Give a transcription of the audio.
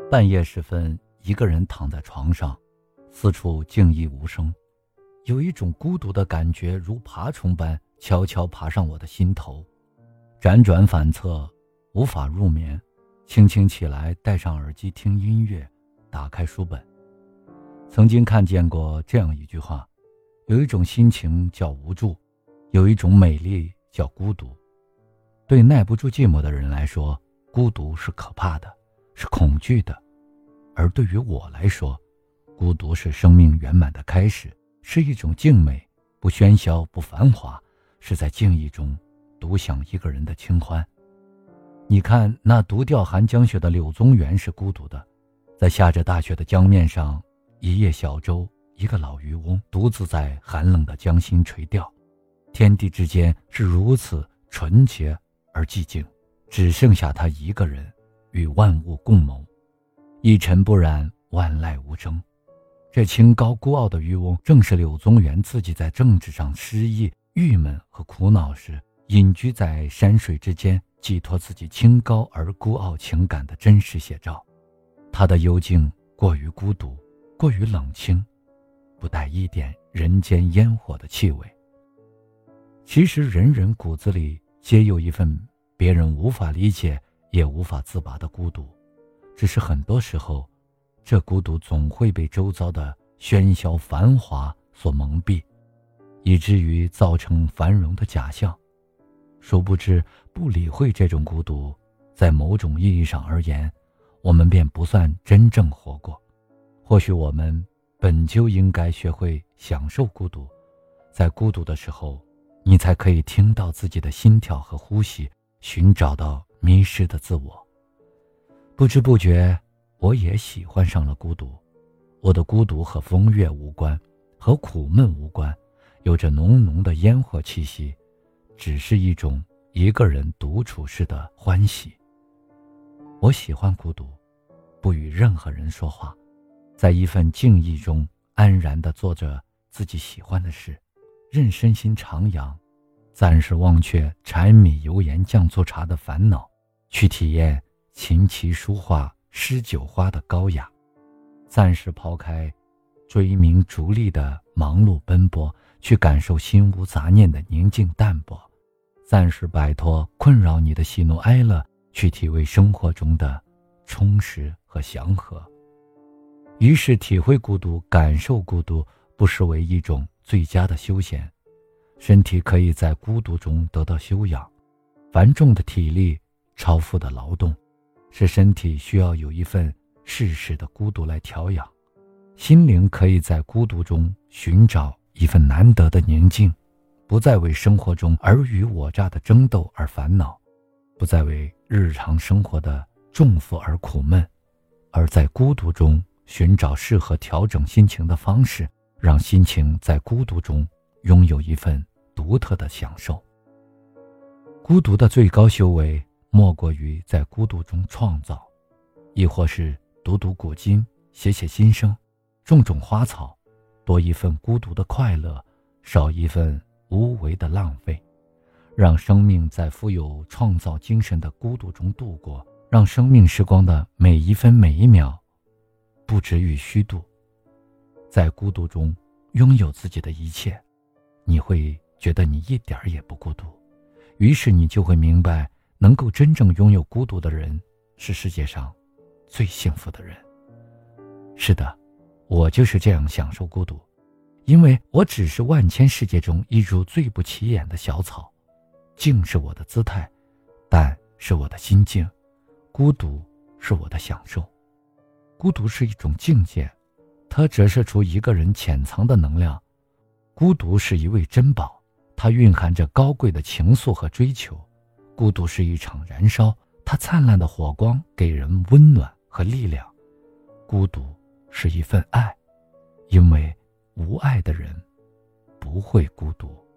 半夜时分，一个人躺在床上，四处静谧无声，有一种孤独的感觉如爬虫般悄悄爬上我的心头，辗转反侧，无法入眠。轻轻起来，戴上耳机听音乐，打开书本。曾经看见过这样一句话，有一种心情叫无助，有一种美丽叫孤独。对耐不住寂寞的人来说，孤独是可怕的，是恐惧的。而对于我来说，孤独是生命圆满的开始，是一种静美，不喧嚣，不繁华，是在静谧中独享一个人的清欢。你看，那独钓寒江雪的柳宗元是孤独的，在下着大雪的江面上，一叶小舟，一个老渔翁独自在寒冷的江心垂钓。天地之间是如此纯洁而寂静，只剩下他一个人与万物共谋，一尘不染，万籁无声。这清高孤傲的渔翁，正是柳宗元自己在政治上失意、郁闷和苦恼时，隐居在山水之间，寄托自己清高而孤傲情感的真实写照。他的幽静过于孤独，过于冷清，不带一点人间烟火的气味。其实人人骨子里皆有一份别人无法理解也无法自拔的孤独，只是很多时候，这孤独总会被周遭的喧嚣繁华所蒙蔽，以至于造成繁荣的假象。殊不知，不理会这种孤独，在某种意义上而言，我们便不算真正活过。或许我们本就应该学会享受孤独，在孤独的时候，你才可以听到自己的心跳和呼吸，寻找到迷失的自我。不知不觉，我也喜欢上了孤独。我的孤独和风月无关，和苦闷无关，有着浓浓的烟火气息，只是一种一个人独处时的欢喜。我喜欢孤独，不与任何人说话，在一份静谧中安然地做着自己喜欢的事，任身心徜徉，暂时忘却柴米油盐酱醋茶的烦恼，去体验琴棋书画诗酒花的高雅，暂时抛开追名逐利的忙碌奔波，去感受心无杂念的宁静淡泊，暂时摆脱困扰你的喜怒哀乐，去体味生活中的充实和祥和。于是体会孤独，感受孤独，不失为一种最佳的休闲。身体可以在孤独中得到休养，繁重的体力，超负的劳动，使身体需要有一份适时的孤独来调养。心灵可以在孤独中寻找一份难得的宁静，不再为生活中尔虞我诈的争斗而烦恼，不再为日常生活的重负而苦闷，而在孤独中寻找适合调整心情的方式，让心情在孤独中拥有一份独特的享受。孤独的最高修为，莫过于在孤独中创造，亦或是读读古今，写写心声，种种花草，多一份孤独的快乐，少一份无为的浪费，让生命在富有创造精神的孤独中度过，让生命时光的每一分每一秒不止于虚度。在孤独中拥有自己的一切，你会觉得你一点也不孤独，于是你就会明白，能够真正拥有孤独的人，是世界上最幸福的人。是的，我就是这样享受孤独，因为我只是万千世界中一株最不起眼的小草。静是我的姿态，淡是我的心境，孤独是我的享受。孤独是一种境界，它折射出一个人潜藏的能量。孤独是一味珍宝，它蕴含着高贵的情愫和追求。孤独是一场燃烧，它灿烂的火光给人温暖和力量。孤独是一份爱，因为无爱的人不会孤独。